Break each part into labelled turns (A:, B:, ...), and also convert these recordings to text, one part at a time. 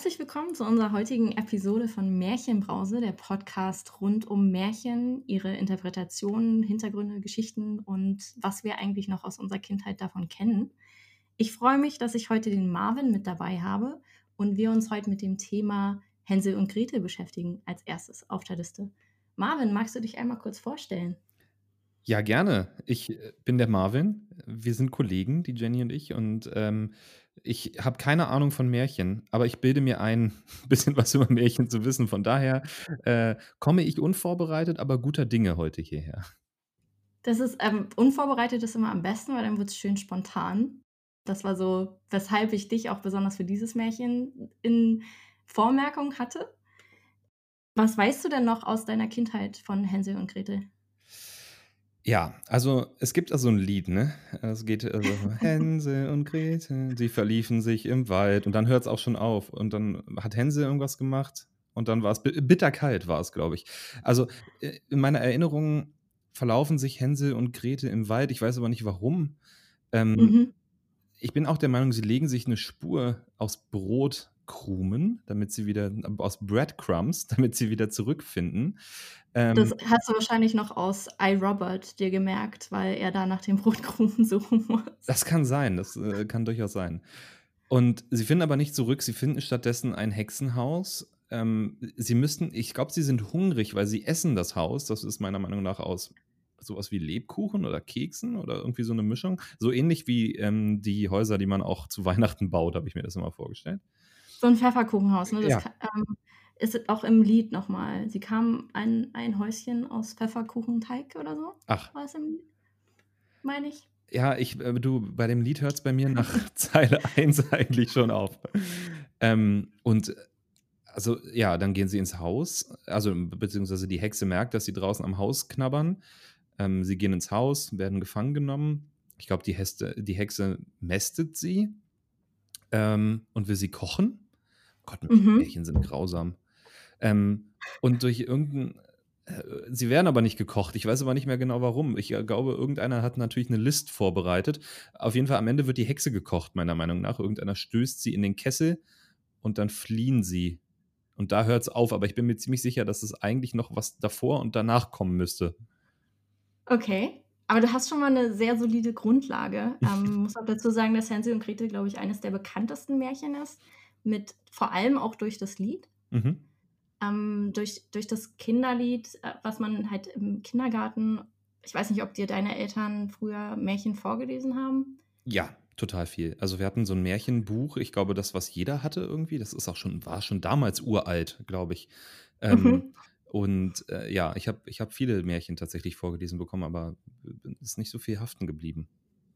A: Herzlich willkommen zu unserer heutigen Episode von Märchenbrause, der Podcast rund um Märchen, ihre Interpretationen, Hintergründe, Geschichten und was wir eigentlich noch aus unserer Kindheit davon kennen. Ich freue mich, dass ich heute den Marvin mit dabei habe und wir uns heute mit dem Thema Hänsel und Gretel beschäftigen als erstes auf der Liste. Marvin, magst du dich einmal kurz vorstellen?
B: Ja, gerne. Ich bin der Marvin. Wir sind Kollegen, die Jenny und ich. Und ich habe keine Ahnung von Märchen, aber ich bilde mir ein, ein bisschen was über Märchen zu wissen. Von daher komme ich unvorbereitet, aber guter Dinge heute hierher.
A: Das ist unvorbereitet ist immer am besten, weil dann wird es schön spontan. Das war so, weshalb ich dich auch besonders für dieses Märchen in Vormerkung hatte. Was weißt du denn noch aus deiner Kindheit von Hänsel und Gretel?
B: Ja, also es gibt da so ein Lied, ne? Es geht also Hänsel und Gretel, sie verliefen sich im Wald und dann hört es auch schon auf. Und dann hat Hänsel irgendwas gemacht und dann war es bitterkalt, war es, glaube ich. Also in meiner Erinnerung verlaufen sich Hänsel und Gretel im Wald. Ich weiß aber nicht warum. Ähm,
A: Mhm.
B: Ich bin auch der Meinung, sie legen sich eine Spur aus Brotkrumen, damit sie wieder aus Breadcrumbs, damit sie wieder zurückfinden.
A: Das
B: Ähm,
A: hast du wahrscheinlich noch aus I, Robert dir gemerkt, weil er da nach dem Brotkrumen suchen muss.
B: Das kann sein, das kann durchaus sein. Und sie finden aber nicht zurück, sie finden stattdessen ein Hexenhaus. Sie müssten ich glaube, sie sind hungrig, weil sie essen das Haus. Das ist meiner Meinung nach aus sowas wie Lebkuchen oder Keksen oder irgendwie so 'ne Mischung. So ähnlich wie, die Häuser, die man auch zu Weihnachten baut, habe ich mir das immer vorgestellt.
A: So 'n Pfefferkuchenhaus, ne? Das
B: Ja.
A: ka ist auch im Lied noch mal. Sie kamen ein Häuschen aus Pfefferkuchenteig oder so,
B: Ach,
A: war es im Lied, meine ich.
B: ja, du, bei dem Lied hört's bei mir nach Zeile 1 eigentlich schon auf. Und Also, ja, dann gehen sie ins Haus, also, beziehungsweise die Hexe merkt, dass sie draußen am Haus knabbern. Sie gehen ins Haus, werden gefangen genommen. Ich glaube, die Hexe mästet sie, und will sie kochen. Gott,
A: Mhm.
B: Märchen sind grausam. Und durch irgend 'n sie werden aber nicht gekocht. Ich weiß aber nicht mehr genau warum. Ich, glaube, irgendeiner hat natürlich 'ne List vorbereitet. Auf jeden Fall am Ende wird die Hexe gekocht, meiner Meinung nach. Irgendeiner stößt sie in den Kessel und dann fliehen sie. Und da hört's auf, aber ich bin mir ziemlich sicher, dass es eigentlich noch was davor und danach kommen müsste.
A: Okay, aber du hast schon mal 'ne sehr solide Grundlage. Muss auch dazu sagen, dass Hänsel und Gretel, glaube ich, eines der bekanntesten Märchen ist, mit vor allem auch durch das Lied,
B: Mhm.
A: durch das Kinderlied, was man halt im Kindergarten. Ich weiß nicht, ob dir deine Eltern früher Märchen vorgelesen haben?
B: Ja, total viel. Also, wir hatten so 'n Märchenbuch, ich glaube, das, was jeder hatte irgendwie. Das ist auch schon war schon damals uralt, glaube ich. Ähm,
A: Mhm.
B: ja, ich habe viele Märchen tatsächlich vorgelesen bekommen, aber ist nicht so viel haften geblieben.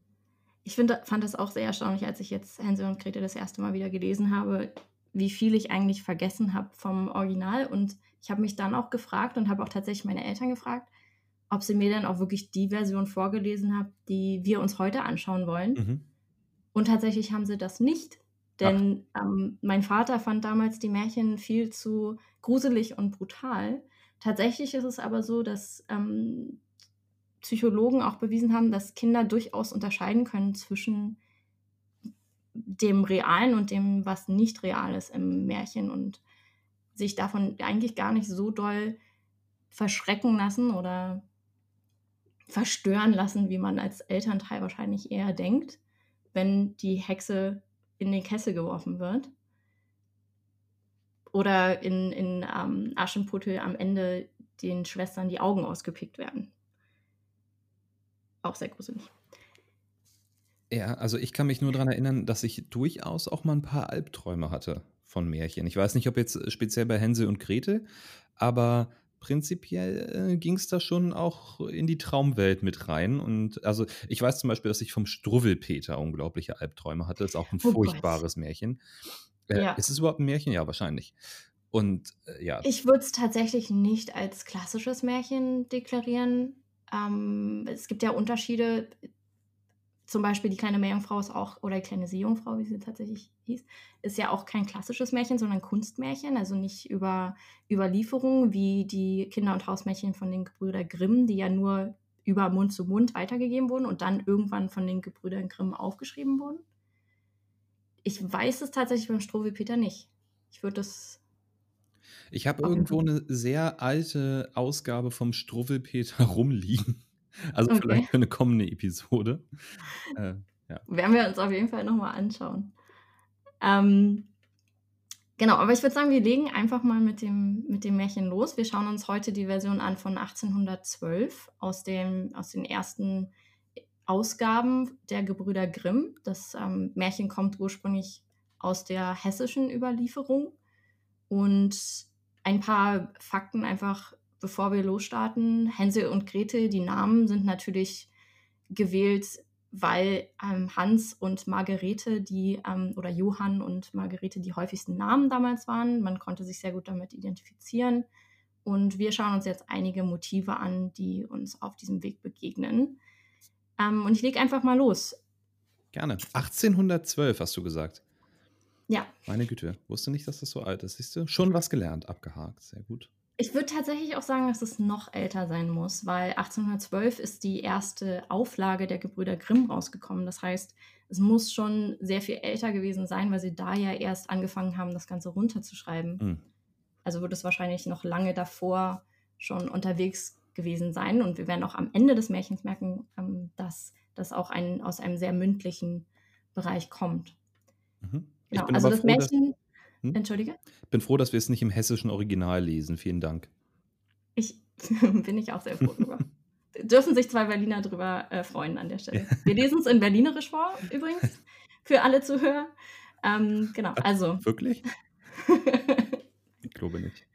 A: Fand das auch sehr erstaunlich, als ich jetzt Hänsel und Gretel das erste Mal wieder gelesen habe, wie viel ich eigentlich vergessen habe vom Original. Und ich habe mich dann auch gefragt und habe auch tatsächlich meine Eltern gefragt, ob sie mir dann auch wirklich die Version vorgelesen hat, die wir uns heute anschauen wollen.
B: Mhm.
A: Und tatsächlich haben sie das nicht,
B: Ach,
A: denn, mein Vater fand damals die Märchen viel zu gruselig und brutal. Tatsächlich ist es aber so, dass, Psychologen auch bewiesen haben, dass Kinder durchaus unterscheiden können zwischen dem Realen und dem, was nicht real ist im Märchen und sich davon eigentlich gar nicht so doll verschrecken lassen oder verstören lassen, wie man als Elternteil wahrscheinlich eher denkt, wenn die Hexe in den Kessel geworfen wird oder in Aschenputtel am Ende den Schwestern die Augen ausgepickt werden. Auch sehr gruselig.
B: ja, also, ich kann mich nur dran erinnern, dass ich durchaus auch mal 'n paar Albträume hatte von Märchen. Ich weiß nicht, ob jetzt speziell bei Hänsel und Gretel, aber prinzipiell, ging's da schon auch in die Traumwelt mit rein. Und also, ich weiß zum Beispiel, dass ich vom Struwwelpeter unglaubliche Albträume hatte. Ist auch 'n
A: Oh Gott.
B: furchtbares Märchen.
A: Ja.
B: Ist es überhaupt 'n Märchen? Ja, wahrscheinlich. Und, ja.
A: Ich würde es tatsächlich nicht als klassisches Märchen deklarieren. Es gibt ja Unterschiede. Zum Beispiel die kleine Meerjungfrau ist auch, oder die kleine Seejungfrau, wie sie tatsächlich hieß, ist ja auch kein klassisches Märchen, sondern Kunstmärchen, also nicht über Überlieferung wie die Kinder und Hausmärchen von den Gebrüder Grimm, die ja nur über Mund zu Mund weitergegeben wurden und dann irgendwann von den Gebrüdern Grimm aufgeschrieben wurden. Ich weiß es tatsächlich beim Struwwelpeter nicht. Ich würde das
B: Ich habe
A: auf jeden Fall.
B: irgendwo eine sehr alte Ausgabe vom Struwwelpeter rumliegen. Also,
A: Okay,
B: vielleicht für eine kommende Episode. Äh, ja,
A: werden wir uns auf jeden Fall noch mal anschauen. Ähm, genau, aber ich würde sagen, wir legen einfach mal mit dem Märchen los. Wir schauen uns heute die Version an von 1812 aus den ersten Ausgaben der Gebrüder Grimm. Das, Märchen kommt ursprünglich aus der hessischen Überlieferung. Und ein paar Fakten einfach, bevor wir losstarten. Hänsel und Gretel, die Namen sind natürlich gewählt, weil Hans und Margarete, oder Johann und Margarete die häufigsten Namen damals waren. Man konnte sich sehr gut damit identifizieren. Und wir schauen uns jetzt einige Motive an, die uns auf diesem Weg begegnen. Und ich lege einfach mal los.
B: gerne. 1812 hast du gesagt.
A: Ja,
B: Meine Güte, wusste nicht, dass das so alt ist. Siehst du? Schon was gelernt, abgehakt. Sehr gut.
A: ich würde tatsächlich auch sagen, dass es noch älter sein muss, weil 1812 ist die erste Auflage der Gebrüder Grimm rausgekommen. Das heißt, es muss schon sehr viel älter gewesen sein, weil sie da ja erst angefangen haben, das Ganze runterzuschreiben.
B: Mhm.
A: Also wird es wahrscheinlich noch lange davor schon unterwegs gewesen sein. Und wir werden auch am Ende des Märchens merken, dass das auch aus einem sehr mündlichen Bereich kommt.
B: Mhm. Ich
A: Genau,
B: bin
A: also
B: aber
A: das
B: froh, dass
A: Märchen,
B: hm?
A: entschuldige,
B: Bin froh, dass wir es nicht im hessischen Original lesen. Vielen Dank.
A: ich bin ich auch sehr froh drüber. Dürfen sich 2 Berliner drüber, freuen an der
B: Ja.
A: Stelle. Wir lesen es in Berlinerisch vor übrigens, für alle Zuhörer. Genau, also
B: Wirklich? Ich glaube nicht.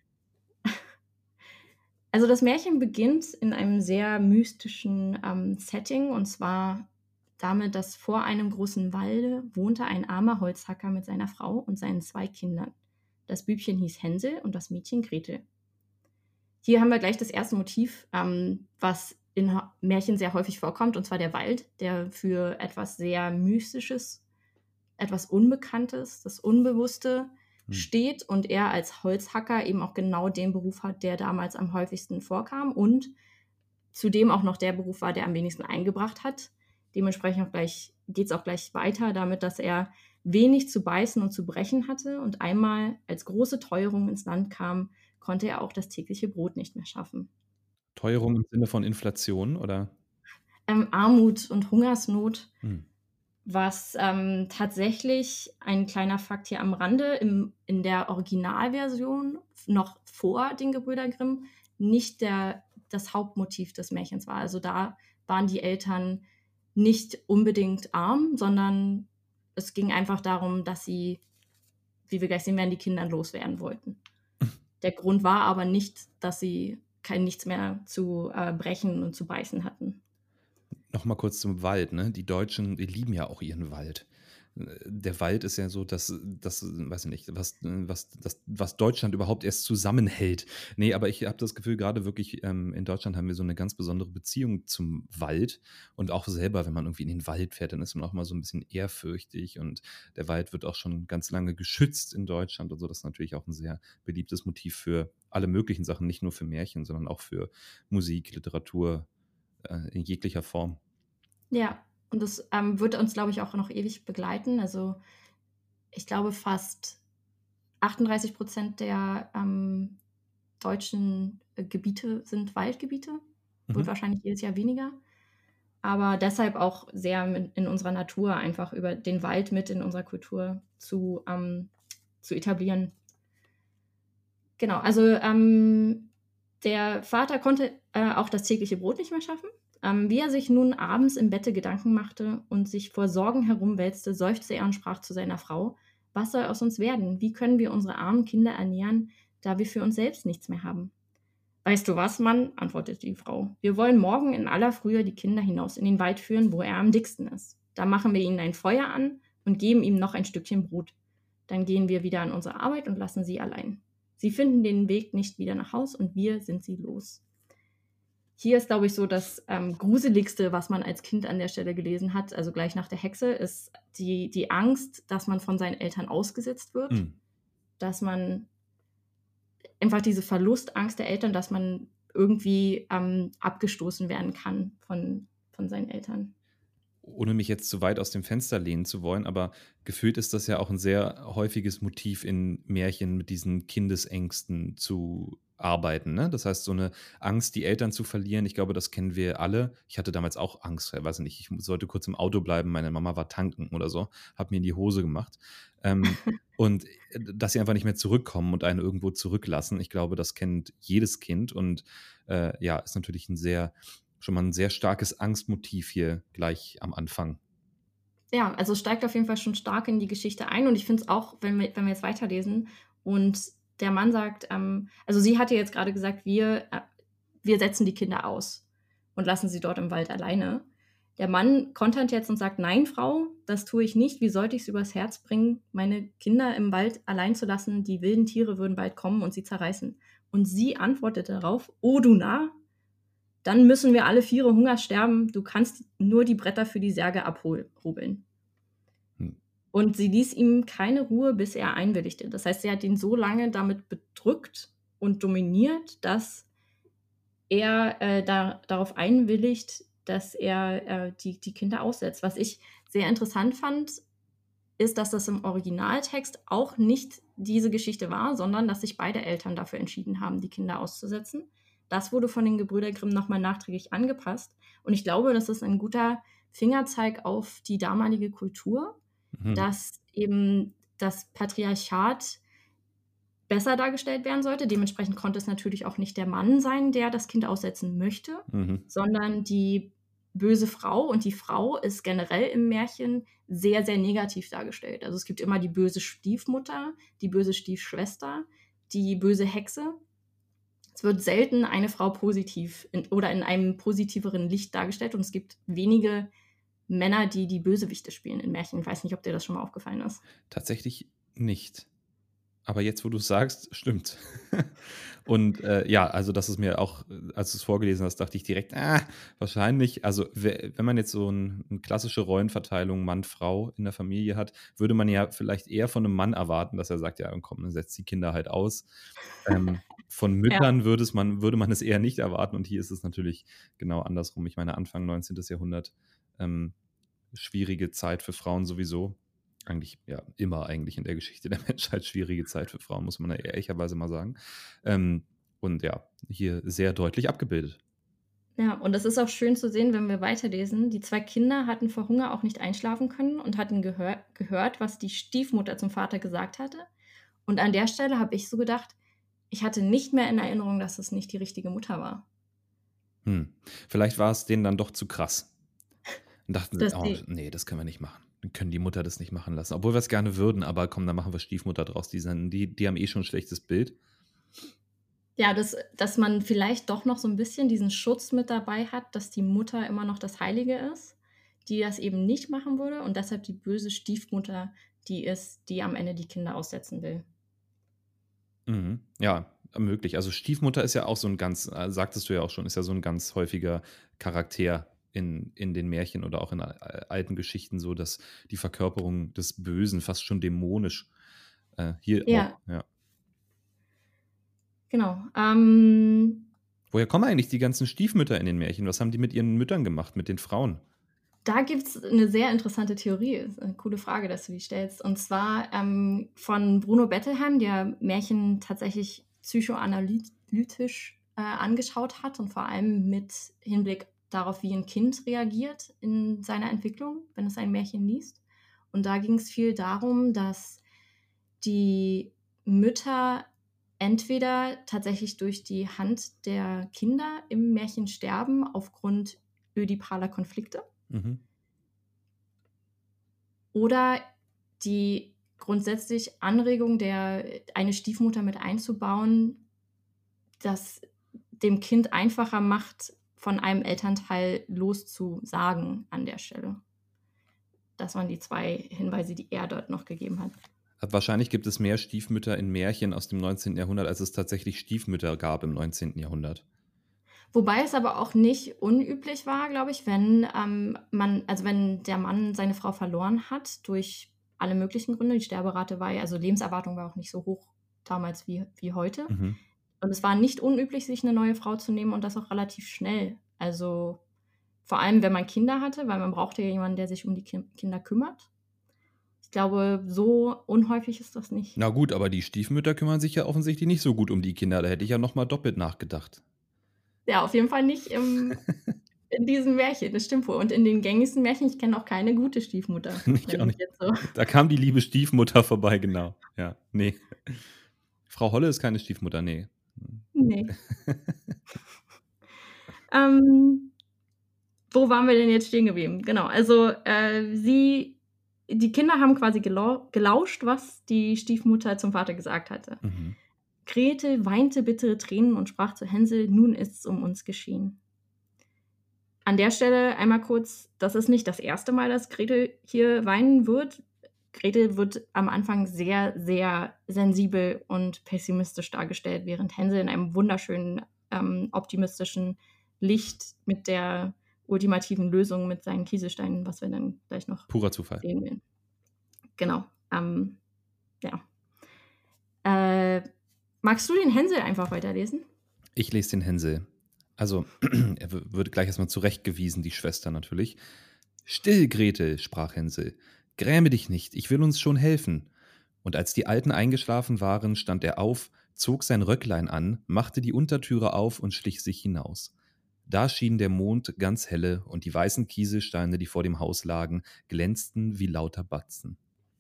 A: also das Märchen beginnt in einem sehr mystischen, Setting, und zwar damit, dass vor einem großen Walde wohnte ein armer Holzhacker mit seiner Frau und seinen 2 Kindern. Das Bübchen hieß Hänsel und das Mädchen Gretel. Hier haben wir gleich das erste Motiv, was in Märchen sehr häufig vorkommt, und zwar der Wald, der für etwas sehr Mystisches, etwas Unbekanntes, das Unbewusste
B: Hm.
A: steht, und er als Holzhacker eben auch genau den Beruf hat, der damals am häufigsten vorkam und zudem auch noch der Beruf war, der am wenigsten eingebracht hat. Dementsprechend geht es auch gleich weiter damit, dass er wenig zu beißen und zu brechen hatte, und einmal, als große Teuerung ins Land kam, konnte er auch das tägliche Brot nicht mehr schaffen.
B: Teuerung im Sinne von Inflation, oder?
A: Armut und Hungersnot,
B: Hm.
A: was tatsächlich, ein kleiner Fakt hier am Rande, in der Originalversion noch vor den Gebrüder Grimm nicht das Hauptmotiv des Märchens war. Also da waren die Eltern nicht unbedingt arm, sondern es ging einfach darum, dass sie, wie wir gleich sehen werden, die Kinder loswerden wollten. Der Grund war aber nicht, dass sie nichts mehr zu brechen und zu beißen hatten.
B: Noch mal kurz zum Wald, ne? Die Deutschen, die lieben ja auch ihren Wald. Der Wald ist ja so das weiß ich nicht, was Deutschland überhaupt erst zusammenhält. Ne, aber ich habe das Gefühl, gerade wirklich, in Deutschland haben wir so eine ganz besondere Beziehung zum Wald und auch selber, wenn man irgendwie in den Wald fährt, dann ist man auch mal so ein bisschen ehrfürchtig und der Wald wird auch schon ganz lange geschützt in Deutschland und so. Das ist natürlich auch ein sehr beliebtes Motiv für alle möglichen Sachen, nicht nur für Märchen, sondern auch für Musik, Literatur, in jeglicher Form.
A: Ja, und das wird uns, glaube ich, auch noch ewig begleiten. Also ich glaube, fast 38% der deutschen Gebiete sind Waldgebiete. Wird
B: Mhm.
A: wahrscheinlich jedes Jahr weniger. Aber deshalb auch sehr in unserer Natur, einfach über den Wald mit in unserer Kultur zu etablieren. Genau, also der Vater konnte auch das tägliche Brot nicht mehr schaffen. Wie er sich nun abends im Bette Gedanken machte und sich vor Sorgen herumwälzte, seufzte er und sprach zu seiner Frau: Was soll aus uns werden? Wie können wir unsere armen Kinder ernähren, da wir für uns selbst nichts mehr haben? Weißt du was, Mann, antwortete die Frau. Wir wollen morgen in aller Frühe die Kinder hinaus in den Wald führen, wo er am dicksten ist. Da machen wir ihnen ein Feuer an und geben ihm noch ein Stückchen Brot. Dann gehen wir wieder an unsere Arbeit und lassen sie allein. Sie finden den Weg nicht wieder nach Haus und wir sind sie los. Hier ist, glaube ich, so das Gruseligste, was man als Kind an der Stelle gelesen hat, also gleich nach der Hexe, ist die Angst, dass man von seinen Eltern ausgesetzt wird,
B: Mhm.
A: dass man einfach diese Verlustangst der Eltern, dass man irgendwie abgestoßen werden kann von seinen Eltern.
B: ohne mich jetzt zu weit aus dem Fenster lehnen zu wollen, aber gefühlt ist das ja auch ein sehr häufiges Motiv in Märchen, mit diesen Kindesängsten zu arbeiten, ne? Das heißt, so eine Angst, die Eltern zu verlieren, ich glaube, das kennen wir alle. Ich hatte damals auch Angst, weiß nicht, ich sollte kurz im Auto bleiben, meine Mama war tanken oder so, habe mir in die Hose gemacht. Ähm, und, dass sie einfach nicht mehr zurückkommen und einen irgendwo zurücklassen. Ich glaube, das kennt jedes Kind und, ja, ist natürlich schon mal ein sehr starkes Angstmotiv hier gleich am Anfang.
A: Ja, also steigt auf jeden Fall schon stark in die Geschichte ein und ich finde es auch, wenn wir jetzt weiterlesen und der Mann sagt, also sie hat ja jetzt gerade gesagt: „Wir setzen die Kinder aus und lassen sie dort im Wald alleine.“ Der Mann kontert jetzt und sagt: „Nein, Frau, das tue ich nicht. Wie sollte ich's übers Herz bringen, meine Kinder im Wald allein zu lassen? Die wilden Tiere würden bald kommen und sie zerreißen.“ Und sie antwortet darauf: „Oh, du Narr, dann müssen wir alle Viere Hungers sterben. Du kannst nur die Bretter für die Särge abhobeln.“
B: Hm,
A: Und sie ließ ihm keine Ruhe, bis er einwilligte. Das heißt, sie hat ihn so lange damit bedrückt und dominiert, dass er, darauf einwilligt, dass er, die Kinder aussetzt. Was ich sehr interessant fand, ist, dass das im Originaltext auch nicht diese Geschichte war, sondern dass sich beide Eltern dafür entschieden haben, die Kinder auszusetzen. Das wurde von den Gebrüder Grimm noch mal nachträglich angepasst und ich glaube, das ist ein guter Fingerzeig auf die damalige Kultur,
B: mhm,
A: dass eben das Patriarchat besser dargestellt werden sollte. Dementsprechend konnte es natürlich auch nicht der Mann sein, der das Kind aussetzen möchte,
B: mhm,
A: sondern die böse Frau. Und die Frau ist generell im Märchen sehr, sehr negativ dargestellt. Also es gibt immer die böse Stiefmutter, die böse Stiefschwester, die böse Hexe. Es wird selten eine Frau positiv oder in einem positiveren Licht dargestellt. Und es gibt wenige Männer, die die Bösewichte spielen in Märchen. Ich weiß nicht, ob dir das schon mal aufgefallen ist.
B: tatsächlich nicht. Aber jetzt, wo du's sagst, stimmt. Und, ja, also, das ist mir auch als du's vorgelesen hast, dachte ich direkt: „Ah, wahrscheinlich“, also, wenn man jetzt so 'n klassische Rollenverteilung Mann-Frau in der Familie hat, würde man ja vielleicht eher von 'nem Mann erwarten, dass er sagt: „Ja, komm, dann setzt die Kinder halt aus.“ Von
A: Ja.
B: Müttern würde man es eher nicht erwarten und hier ist es natürlich genau andersrum. Ich meine, Anfang 19. Jahrhundert, ähm, schwierige Zeit für Frauen sowieso. Eigentlich, ja, immer eigentlich in der Geschichte der Menschheit schwierige Zeit für Frauen, muss man ja ehrlicherweise mal sagen. Ähm, und ja, hier sehr deutlich abgebildet.
A: Ja, und es ist auch schön zu sehen, wenn wir weiterlesen. Die 2 Kinder hatten vor Hunger auch nicht einschlafen können und hatten gehört, was die Stiefmutter zum Vater gesagt hatte. Und an der Stelle habe ich so gedacht, ich hatte nicht mehr in Erinnerung, dass es nicht die richtige Mutter war.
B: Hm. Vielleicht war es denen dann doch zu krass und dachten sie:
A: Dass
B: „Oh,
A: die
B: ne, das können wir nicht machen. Wir können die Mutter das nicht machen lassen.“ Obwohl wir es gerne würden, aber komm, dann machen wir Stiefmutter draus. Die haben eh schon 'n schlechtes Bild.
A: ja, dass man vielleicht doch noch so 'n bisschen diesen Schutz mit dabei hat, dass die Mutter immer noch das Heilige ist, die das eben nicht machen würde und deshalb die böse Stiefmutter die ist, die am Ende die Kinder aussetzen will.
B: Mhm. Ja, möglich. Also, Stiefmutter ist ja auch so 'n ganz sagtest du ja auch schon, ist ja so 'n ganz häufiger Charakter in den Märchen oder auch in alten Geschichten so, dass die Verkörperung des Bösen fast schon dämonisch, hier auch,
A: Ja,
B: ja.
A: genau.
B: Woher kommen eigentlich die ganzen Stiefmütter in den Märchen? Was haben die mit ihren Müttern gemacht, mit den Frauen?
A: Da gibt's 'ne sehr interessante Theorie. Ist 'ne coole Frage, dass du die stellst. Und zwar, von Bruno Bettelheim, der Märchen tatsächlich psychoanalytisch, angeschaut hat und vor allem mit Hinblick darauf, wie 'n Kind reagiert in seiner Entwicklung, wenn es ein Märchen liest. Und da ging's viel darum, dass die Mütter entweder tatsächlich durch die Hand der Kinder im Märchen sterben aufgrund ödipaler Konflikte
B: Mhm.
A: oder die grundsätzlich Anregung eine Stiefmutter mit einzubauen, das dem Kind einfacher macht, von einem Elternteil loszusagen an der Stelle. Das waren die 2 Hinweise, die er dort noch gegeben hat.
B: Wahrscheinlich gibt es mehr Stiefmütter in Märchen aus dem 19. Jahrhundert, als es tatsächlich Stiefmütter gab im 19. Jahrhundert.
A: Wobei es aber auch nicht unüblich war, glaube ich, wenn, wenn der Mann seine Frau verloren hat durch alle möglichen Gründe. Die Sterberate war ja also Lebenserwartung war auch nicht so hoch damals wie heute.
B: Mhm.
A: Und es war nicht unüblich, sich 'ne neue Frau zu nehmen und das auch relativ schnell. Also, Vor allem, wenn man Kinder hatte, weil man brauchte ja jemanden, der sich um die Kinder kümmert. Ich glaube, so unhäufig ist das nicht.
B: Na gut, aber die Stiefmütter kümmern sich ja offensichtlich nicht so gut um die Kinder. Da hätte ich ja noch mal doppelt nachgedacht.
A: Ja, auf jeden Fall nicht in diesem Märchen, das stimmt wohl. Und in den gängigsten Märchen, ich kenne auch keine gute Stiefmutter,
B: Ich
A: wenn
B: auch
A: ich
B: nicht.
A: jetzt so
B: Da kam die liebe Stiefmutter vorbei, genau. Ja, ne. Frau Holle ist keine Stiefmutter, ne.
A: ne. Ähm, Wo waren wir denn jetzt stehen geblieben? Genau, also, die Kinder haben quasi gelauscht, was die Stiefmutter zum Vater gesagt hatte.
B: Mhm.
A: Gretel weinte bittere Tränen und sprach zu Hänsel: „Nun ist's um uns geschehen.“ An der Stelle einmal kurz, das ist nicht das erste Mal, dass Gretel hier weinen wird. Gretel wird am Anfang sehr, sehr sensibel und pessimistisch dargestellt, während Hänsel in einem wunderschönen, optimistischen Licht mit der ultimativen Lösung mit seinen Kieselsteinen, was wir dann gleich noch
B: Purer Zufall.
A: sehen werden. Genau, ja. Äh, Magst du den Hänsel einfach weiterlesen?
B: Ich lese den Hänsel. Also, er wird gleich erstmal zurechtgewiesen, die Schwester natürlich. »Still, Gretel«, sprach Hänsel, »gräme dich nicht, ich will uns schon helfen.« Und als die Alten eingeschlafen waren, stand er auf, zog sein Röcklein an, machte die Untertüre auf und schlich sich hinaus. Da schien der Mond ganz helle, und die weißen Kieselsteine, die vor dem Haus lagen, glänzten wie lauter Batzen.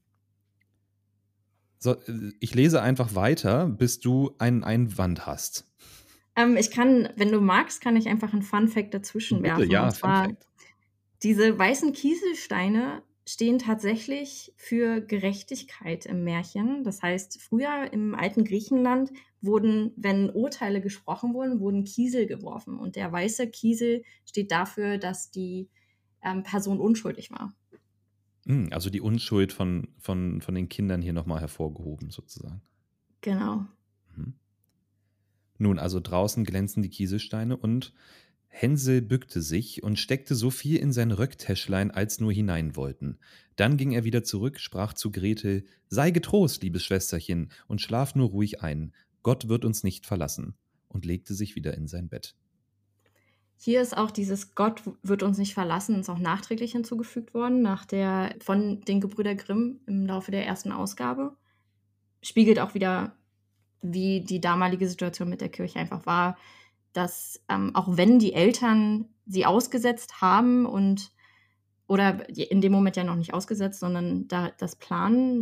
B: So, ich lese einfach weiter, bis du einen Einwand hast.
A: Ich kann, wenn du magst, kann ich einfach 'n Fun-Fact dazwischen
B: Bitte,
A: werfen.
B: ja,
A: Und
B: Fun
A: zwar,
B: Fact.
A: diese weißen Kieselsteine stehen tatsächlich für Gerechtigkeit im Märchen. Das heißt, früher im alten Griechenland wurden, wenn Urteile gesprochen wurden, wurden Kiesel geworfen. Und der weiße Kiesel steht dafür, dass die, Person unschuldig war.
B: Also die Unschuld von den Kindern hier nochmal hervorgehoben, sozusagen.
A: Genau.
B: Mhm. Nun, also draußen glänzen die Kieselsteine und Hänsel bückte sich und steckte so viel in sein Röcktäschlein, als nur hinein wollten. Dann ging er wieder zurück, sprach zu Gretel: »Sei getrost, liebes Schwesterchen, und schlaf nur ruhig ein. Gott wird uns nicht verlassen«, und legte sich wieder in sein Bett.
A: Hier ist auch dieses „Gott wird uns nicht verlassen“, ist auch nachträglich hinzugefügt worden, von den Gebrüder Grimm im Laufe der ersten Ausgabe. Spiegelt auch wieder, wie die damalige Situation mit der Kirche einfach war, dass, auch wenn die Eltern sie ausgesetzt haben oder in dem Moment ja noch nicht ausgesetzt, sondern da das Planen,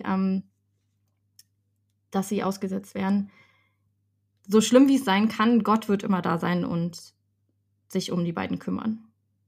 A: dass sie ausgesetzt werden. So schlimm wie es sein kann, Gott wird immer da sein und sich um die beiden kümmern.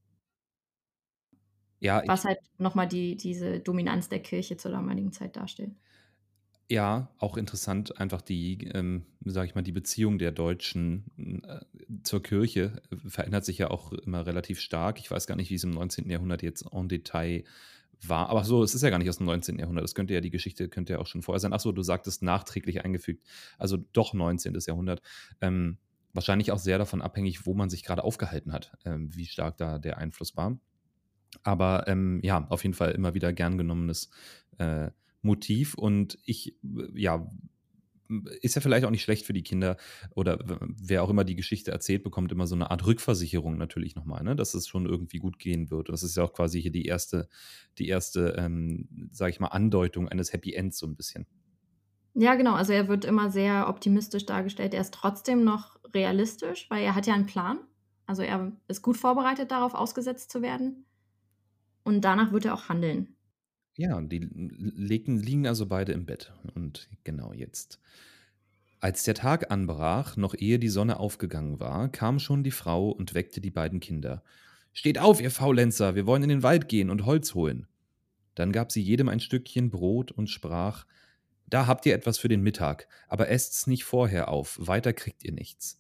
B: Ja,
A: Was halt noch mal diese Dominanz der Kirche zur damaligen Zeit darstellt.
B: ja, auch interessant einfach die, sage ich mal, die Beziehung der Deutschen zur Kirche verändert sich ja auch immer relativ stark. Ich weiß gar nicht, wie es im 19. Jahrhundert jetzt en Detail war. Aber so, es ist ja gar nicht aus dem 19. Jahrhundert. Das könnte ja die Geschichte könnte ja auch schon vorher sein. Ach so, du sagtest nachträglich eingefügt. Also doch 19. Jahrhundert. Wahrscheinlich auch sehr davon abhängig, wo man sich gerade aufgehalten hat, wie stark da der Einfluss war. Aber ja, auf jeden Fall immer wieder gern genommenes Motiv. Und ja, ist ja vielleicht auch nicht schlecht für die Kinder oder wer auch immer die Geschichte erzählt, bekommt immer so eine Art Rückversicherung natürlich nochmal, ne? Dass es schon irgendwie gut gehen wird. Und das ist ja auch quasi hier die erste, sage ich mal, Andeutung eines Happy Ends so ein bisschen.
A: Ja, genau, also er wird immer sehr optimistisch dargestellt. Er ist trotzdem noch realistisch, weil er hat ja 'n Plan. Also, er ist gut vorbereitet darauf, ausgesetzt zu werden und danach wird er auch handeln.
B: Ja, die liegen also beide im Bett. Und genau jetzt. Als der Tag anbrach, noch ehe die Sonne aufgegangen war, kam schon die Frau und weckte die beiden Kinder. »Steht auf, ihr Faulenzer, wir wollen in den Wald gehen und Holz holen.« Dann gab sie jedem ein Stückchen Brot und sprach: »Da habt ihr etwas für den Mittag, aber esst's nicht vorher auf, weiter kriegt ihr nichts.«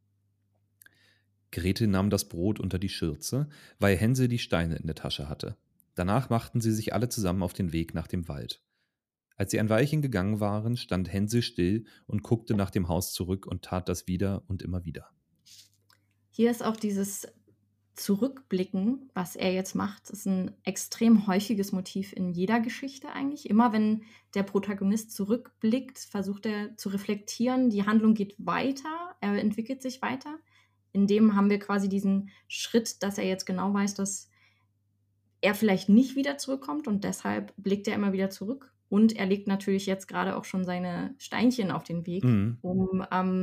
B: Gretel nahm das Brot unter die Schürze, weil Hänsel die Steine in der Tasche hatte. Danach machten sie sich alle zusammen auf den Weg nach dem Wald. Als sie ein Weilchen gegangen waren, stand Hänsel still und guckte nach dem Haus zurück und tat das wieder und immer wieder.
A: Hier ist auch dieses Zurückblicken, was er jetzt macht, ist 'n extrem häufiges Motiv in jeder Geschichte eigentlich. Immer wenn der Protagonist zurückblickt, versucht er zu reflektieren, die Handlung geht weiter, er entwickelt sich weiter. in dem haben wir quasi diesen Schritt, dass er jetzt genau weiß, dass er vielleicht nicht wieder zurückkommt und deshalb blickt er immer wieder zurück. Und er legt natürlich jetzt gerade auch schon seine Steinchen auf den Weg,
B: Mhm.
A: um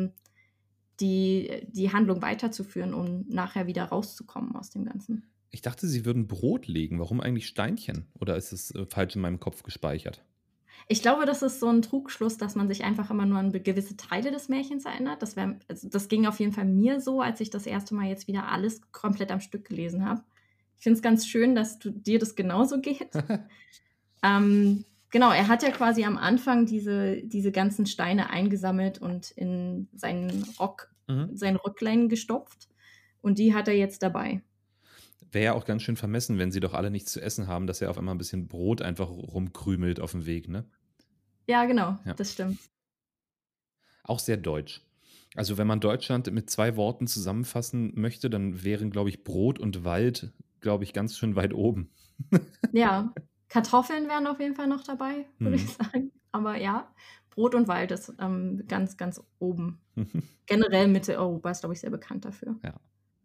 A: die Handlung weiterzuführen, um nachher wieder rauszukommen aus dem Ganzen.
B: Ich dachte, sie würden Brot legen. Warum eigentlich Steinchen? Oder ist es falsch in meinem Kopf gespeichert?
A: Ich glaube, das ist so ein Trugschluss, dass man sich einfach immer nur an gewisse Teile des Märchens erinnert. Also, das ging auf jeden Fall mir so, als ich das erste Mal jetzt wieder alles komplett am Stück gelesen habe. Ich finde es ganz schön, dass dir das genauso geht. Genau, er hat ja quasi am Anfang diese ganzen Steine eingesammelt und in sein Röcklein gestopft. Und die hat er jetzt dabei.
B: Wäre ja auch ganz schön vermessen, wenn sie doch alle nichts zu essen haben, dass er auf einmal ein bisschen Brot einfach rumkrümelt auf dem Weg, ne?
A: Ja, genau,
B: Ja.
A: das stimmt.
B: Auch sehr deutsch. Also wenn man Deutschland mit 2 Worten zusammenfassen möchte, dann wären, glaube ich, Brot und Wald, glaube ich, ganz schön weit oben.
A: Ja, Kartoffeln wären auf jeden Fall noch dabei, würde ich
B: Mhm.
A: sagen. Aber ja, Brot und Wald ist ganz, ganz oben. Generell Mitteleuropa ist, glaube ich, sehr bekannt dafür.
B: Ja.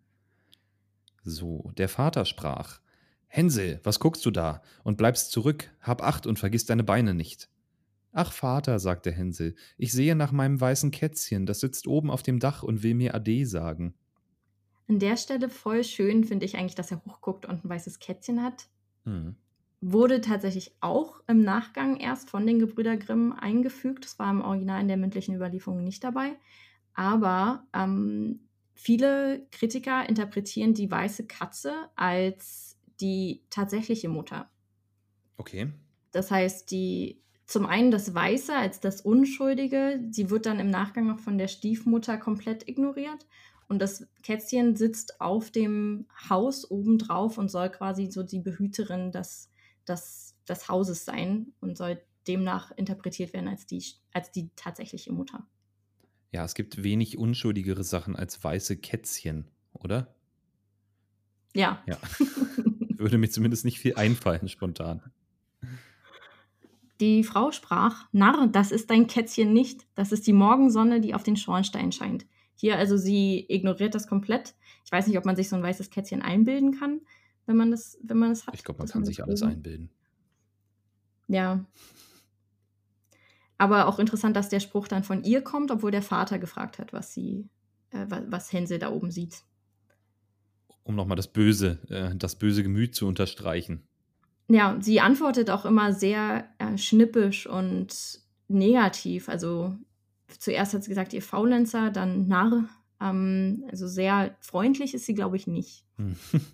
B: So, der Vater sprach: Hänsel, was guckst du da? Und bleibst zurück, hab Acht und vergiss deine Beine nicht. Ach Vater, sagte Hänsel, ich sehe nach meinem weißen Kätzchen, das sitzt oben auf dem Dach und will mir Ade sagen.
A: An der Stelle voll schön finde ich eigentlich, dass er hochguckt und ein weißes Kätzchen hat.
B: Mhm.
A: Wurde tatsächlich auch im Nachgang erst von den Gebrüder Grimm eingefügt. Das war im Original in der mündlichen Überlieferung nicht dabei. Aber viele Kritiker interpretieren die weiße Katze als die tatsächliche Mutter.
B: Okay.
A: Das heißt, zum einen das Weiße als das Unschuldige, sie wird dann im Nachgang noch von der Stiefmutter komplett ignoriert. Und das Kätzchen sitzt auf dem Haus obendrauf und soll quasi so die Behüterin des Hauses sein und soll demnach interpretiert werden als die tatsächliche Mutter.
B: Ja, es gibt wenig unschuldigere Sachen als weiße Kätzchen, oder?
A: Ja.
B: Ja. Würde mir zumindest nicht viel einfallen, spontan.
A: Die Frau sprach: Narr, das ist dein Kätzchen nicht, das ist die Morgensonne, die auf den Schornstein scheint. Hier, also sie ignoriert das komplett. Ich weiß nicht, ob man sich so ein weißes Kätzchen einbilden kann, wenn man das hat.
B: Ich glaube, man
A: dass
B: kann
A: das
B: sich alles
A: oben-
B: einbilden.
A: Ja. Aber auch interessant, dass der Spruch dann von ihr kommt, obwohl der Vater gefragt hat, was Hänsel da oben sieht.
B: Um nochmal das böse Gemüt zu unterstreichen.
A: Ja, sie antwortet auch immer sehr schnippisch und negativ. Also zuerst hat sie gesagt, ihr Faulenzer, dann Narr. Also sehr freundlich ist sie, glaube ich, nicht.
B: Hm.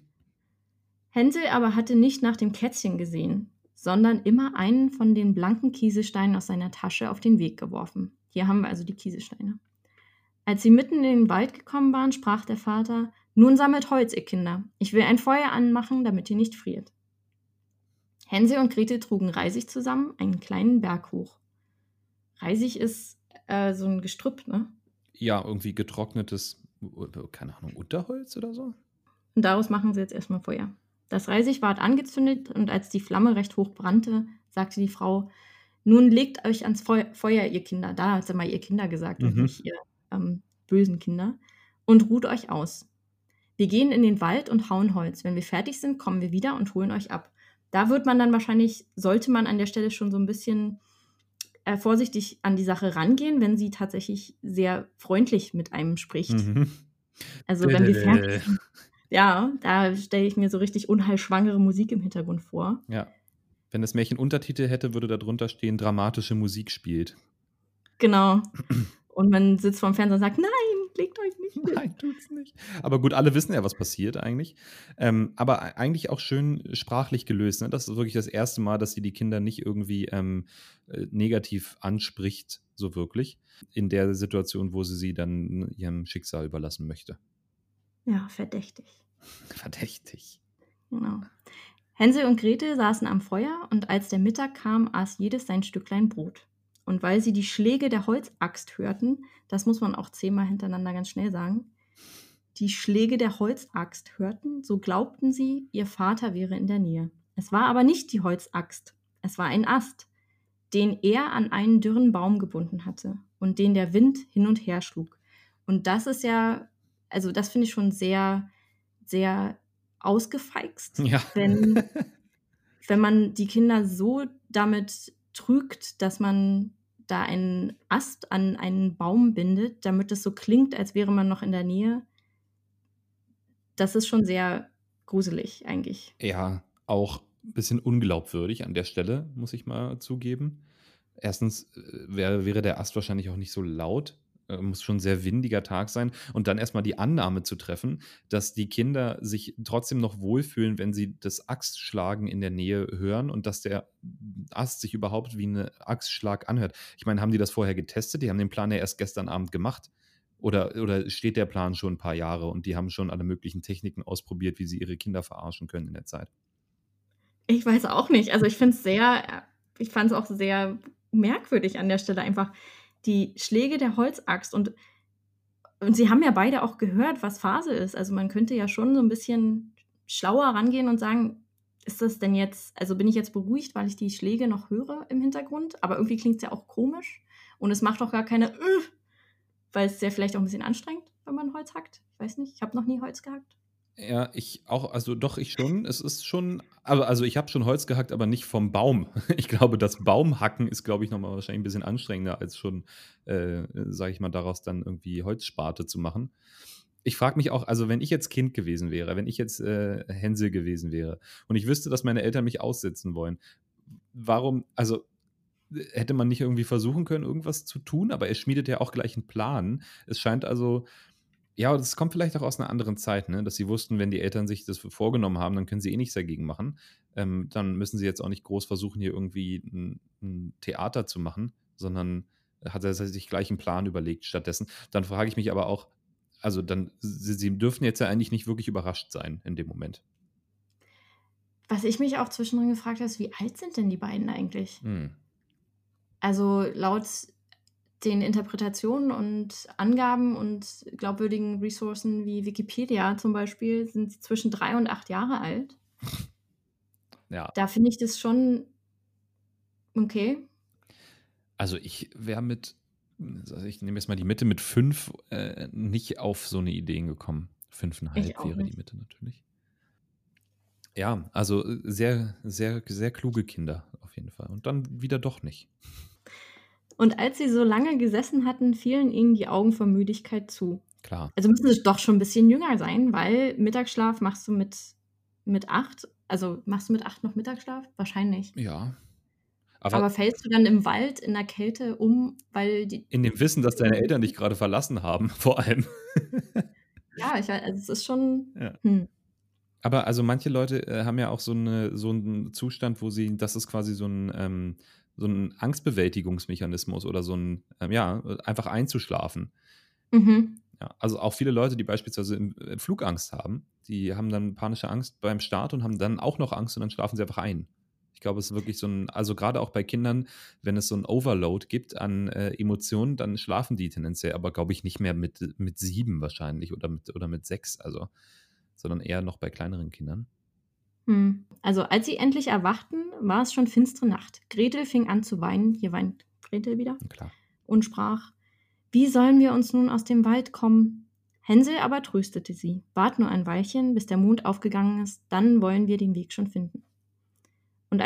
A: Hänsel aber hatte nicht nach dem Kätzchen gesehen, sondern immer einen von den blanken Kieselsteinen aus seiner Tasche auf den Weg geworfen. Hier haben wir also die Kieselsteine. Als sie mitten in den Wald gekommen waren, sprach der Vater: Nun sammelt Holz, ihr Kinder. Ich will ein Feuer anmachen, damit ihr nicht friert. Hänsel und Gretel trugen Reisig zusammen einen kleinen Berg hoch. Reisig ist so ein Gestrüpp, ne?
B: Ja, irgendwie getrocknetes, keine Ahnung, Unterholz oder so?
A: Und daraus machen sie jetzt erstmal Feuer. Das Reisig ward angezündet und als die Flamme recht hoch brannte, sagte die Frau: Nun legt euch ans Feuer, ihr Kinder. Da hat sie mal ihr Kinder gesagt und nicht ihr bösen Kinder. Und ruht euch aus. Wir gehen in den Wald und hauen Holz. Wenn wir fertig sind, kommen wir wieder und holen euch ab. Da sollte man an der Stelle schon so ein bisschen vorsichtig an die Sache rangehen, wenn sie tatsächlich sehr freundlich mit einem spricht.
B: Mhm.
A: Also wenn wir fertig sind. Ja, da stelle ich mir so richtig unheilschwangere Musik im Hintergrund vor.
B: Ja. Wenn das Märchen Untertitel hätte, würde da drunter stehen, dramatische Musik spielt.
A: Genau. Und man sitzt vorm Fernseher und sagt: Nein, legt euch nicht hin.
B: Nein, tut's nicht. Aber gut, alle wissen ja, was passiert eigentlich. Aber eigentlich auch schön sprachlich gelöst. Ne? Das ist wirklich das erste Mal, dass sie die Kinder nicht irgendwie negativ anspricht, so wirklich, in der Situation, wo sie dann ihrem Schicksal überlassen möchte.
A: Ja, verdächtig.
B: Verdächtig.
A: Genau. Hänsel und Gretel saßen am Feuer und als der Mittag kam, aß jedes sein Stücklein Brot. Und weil sie die Schläge der Holzaxt hörten, das muss man auch 10-mal hintereinander ganz schnell sagen, die Schläge der Holzaxt hörten, so glaubten sie, ihr Vater wäre in der Nähe. Es war aber nicht die Holzaxt, es war ein Ast, den er an einen dürren Baum gebunden hatte und den der Wind hin und her schlug. Und das ist ja also das finde ich schon sehr, sehr ausgefeixt,
B: Ja.
A: wenn man die Kinder so damit trügt, dass man da einen Ast an einen Baum bindet, damit es so klingt, als wäre man noch in der Nähe. Das ist schon sehr gruselig eigentlich.
B: Ja, auch 'n bisschen unglaubwürdig an der Stelle, muss ich mal zugeben. Erstens, wäre der Ast wahrscheinlich auch nicht so laut. Muss schon 'n sehr windiger Tag sein. Und dann erst mal die Annahme zu treffen, dass die Kinder sich trotzdem noch wohlfühlen, wenn sie das Axtschlagen in der Nähe hören und dass der Ast sich überhaupt wie 'ne Axtschlag anhört. Ich meine, haben die das vorher getestet? Die haben den Plan ja erst gestern Abend gemacht. Oder steht der Plan schon 'n paar Jahre und die haben schon alle möglichen Techniken ausprobiert, wie sie ihre Kinder verarschen können in der Zeit?
A: Ich weiß auch nicht. Also, ich fand es auch sehr merkwürdig an der Stelle einfach die Schläge der Holzaxt und sie haben ja beide auch gehört, was Phase ist. Also, man könnte ja schon so 'n bisschen schlauer rangehen und sagen: „Ist das denn jetzt also, bin ich jetzt beruhigt, weil ich die Schläge noch höre im Hintergrund?“ Aber irgendwie klingt's ja auch komisch und es macht auch gar keine weil es ja vielleicht auch 'n bisschen anstrengend, wenn man Holz hackt. Ich weiß nicht, ich habe noch nie Holz gehackt.
B: Ja, ich auch, also doch, ich schon. Es ist schon, aber also ich habe schon Holz gehackt, aber nicht vom Baum. Ich glaube, das Baumhacken ist, glaube ich, noch mal wahrscheinlich 'n bisschen anstrengender als schon, sage ich mal, daraus dann irgendwie Holzsparte zu machen. Ich frage mich auch, also wenn ich jetzt Kind gewesen wäre, wenn ich jetzt, Hänsel gewesen wäre und ich wüsste, dass meine Eltern mich aussitzen wollen, warum, also hätte man nicht irgendwie versuchen können, irgendwas zu tun? Aber er schmiedet ja auch gleich 'n Plan. Es scheint also, ja, das kommt vielleicht auch aus einer anderen Zeit, ne, dass sie wussten, wenn die Eltern sich das vorgenommen haben, dann können sie eh nichts dagegen machen. Dann müssen sie jetzt auch nicht groß versuchen, hier irgendwie ein 'n Theater zu machen, sondern hat er sich gleich einen Plan überlegt stattdessen. Dann frage ich mich aber auch, also dann sie dürfen jetzt ja eigentlich nicht wirklich überrascht sein in dem Moment.
A: Was ich mich auch zwischendrin gefragt habe, ist: Wie alt sind denn die beiden eigentlich?
B: Mhm.
A: Also, laut den Interpretationen und Angaben und glaubwürdigen Ressourcen wie Wikipedia zum Beispiel sind sie zwischen 3 und 8 Jahre alt.
B: Ja,
A: Da finde ich das schon okay.
B: also ich wäre mit, also ich nehme jetzt mal die Mitte, mit 5 nicht auf so eine Ideen gekommen.
A: Ich
B: 5,5
A: auch
B: wäre die
A: nicht.
B: Mitte natürlich. Ja, also, sehr, sehr, sehr kluge Kinder auf jeden Fall und dann wieder doch nicht.
A: Und als sie so lange gesessen hatten, fielen ihnen die Augen vor Müdigkeit zu.
B: Klar,
A: Also, müssen sie doch schon 'n bisschen jünger sein, weil Mittagsschlaf machst du mit 8. Also, machst du mit 8 noch Mittagsschlaf? Wahrscheinlich.
B: ja. Aber
A: Aber fällst du dann im Wald in der Kälte um, weil die
B: in dem Wissen, dass deine Eltern dich grade verlassen haben, vor allem.
A: ja, also, es ist schon
B: Ja.
A: hm.
B: Aber also manche Leute, haben ja auch so 'n Zustand, wo sie, das ist quasi so 'n Angstbewältigungsmechanismus oder so 'n, ja, einfach einzuschlafen.
A: Mhm.
B: Ja, also auch viele Leute, die beispielsweise Flugangst haben, die haben dann panische Angst beim Start und haben dann auch noch Angst und dann schlafen sie einfach ein. Ich glaube, es ist wirklich so 'n, also grade auch bei Kindern, wenn es so 'n Overload gibt an, Emotionen, dann schlafen die tendenziell aber, glaube ich, nicht mehr mit 7 wahrscheinlich oder mit 6, also sondern eher noch bei kleineren Kindern.
A: Mhm. Also, als sie endlich erwachten, war es schon finstere Nacht. Gretel fing an zu weinen, hier weint Gretel wieder,
B: Na klar.
A: und sprach: „Wie sollen wir uns nun aus dem Wald kommen?“ Hänsel aber tröstete sie: „Wart nur ein Weilchen, bis der Mond aufgegangen ist, dann wollen wir den Weg schon finden.“ Und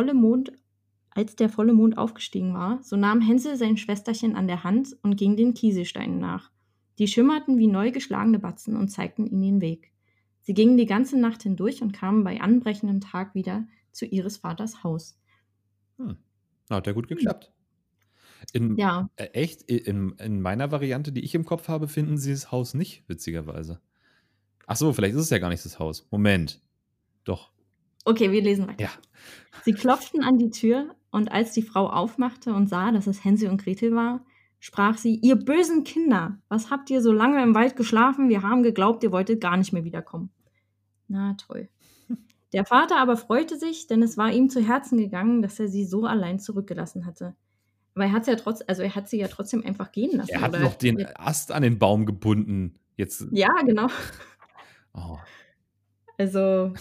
A: als der volle Mond aufgestiegen war, so nahm Hänsel sein Schwesterchen an der Hand und ging den Kieselsteinen nach. Die schimmerten wie neu geschlagene Batzen und zeigten ihnen den Weg. Sie gingen die ganze Nacht hindurch und kamen bei anbrechendem Tag wieder zu ihres Vaters Haus.
B: Hm. Hat ja gut
A: Hm.
B: geklappt. In
A: Ja,
B: echt? In meiner Variante, die ich im Kopf habe, finden sie das Haus nicht, witzigerweise. Ach so, vielleicht ist es ja gar nicht das Haus. Moment. Doch.
A: okay, wir lesen
B: Ja.
A: weiter. Sie klopften an die Tür, und als die Frau aufmachte und sah, dass es Hänsel und Gretel war, sprach sie: „Ihr bösen Kinder, was habt ihr so lange im Wald geschlafen? Wir haben geglaubt, ihr wolltet gar nicht mehr wiederkommen.“ Na toll. Der Vater aber freute sich, denn es war ihm zu Herzen gegangen, dass er sie so allein zurückgelassen hatte. Aber er hat sie ja trotzdem einfach gehen
B: Er
A: lassen,
B: hat
A: oder?
B: noch den Ast an den Baum gebunden. Jetzt,
A: Ja, genau.
B: oh.
A: Also,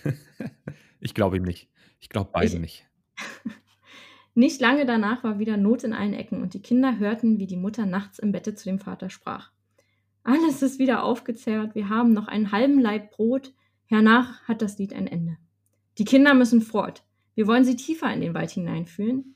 B: Ich glaube ihm nicht. Ich glaube beiden
A: ich
B: nicht.
A: nicht lange danach war wieder Not in allen Ecken, und die Kinder hörten, wie die Mutter nachts im Bette zu dem Vater sprach: Alles ist wieder aufgezehrt. Wir haben noch einen halben Laib Brot. Hernach hat das Lied ein Ende. Die Kinder müssen fort. Wir wollen sie tiefer in den Wald hineinführen,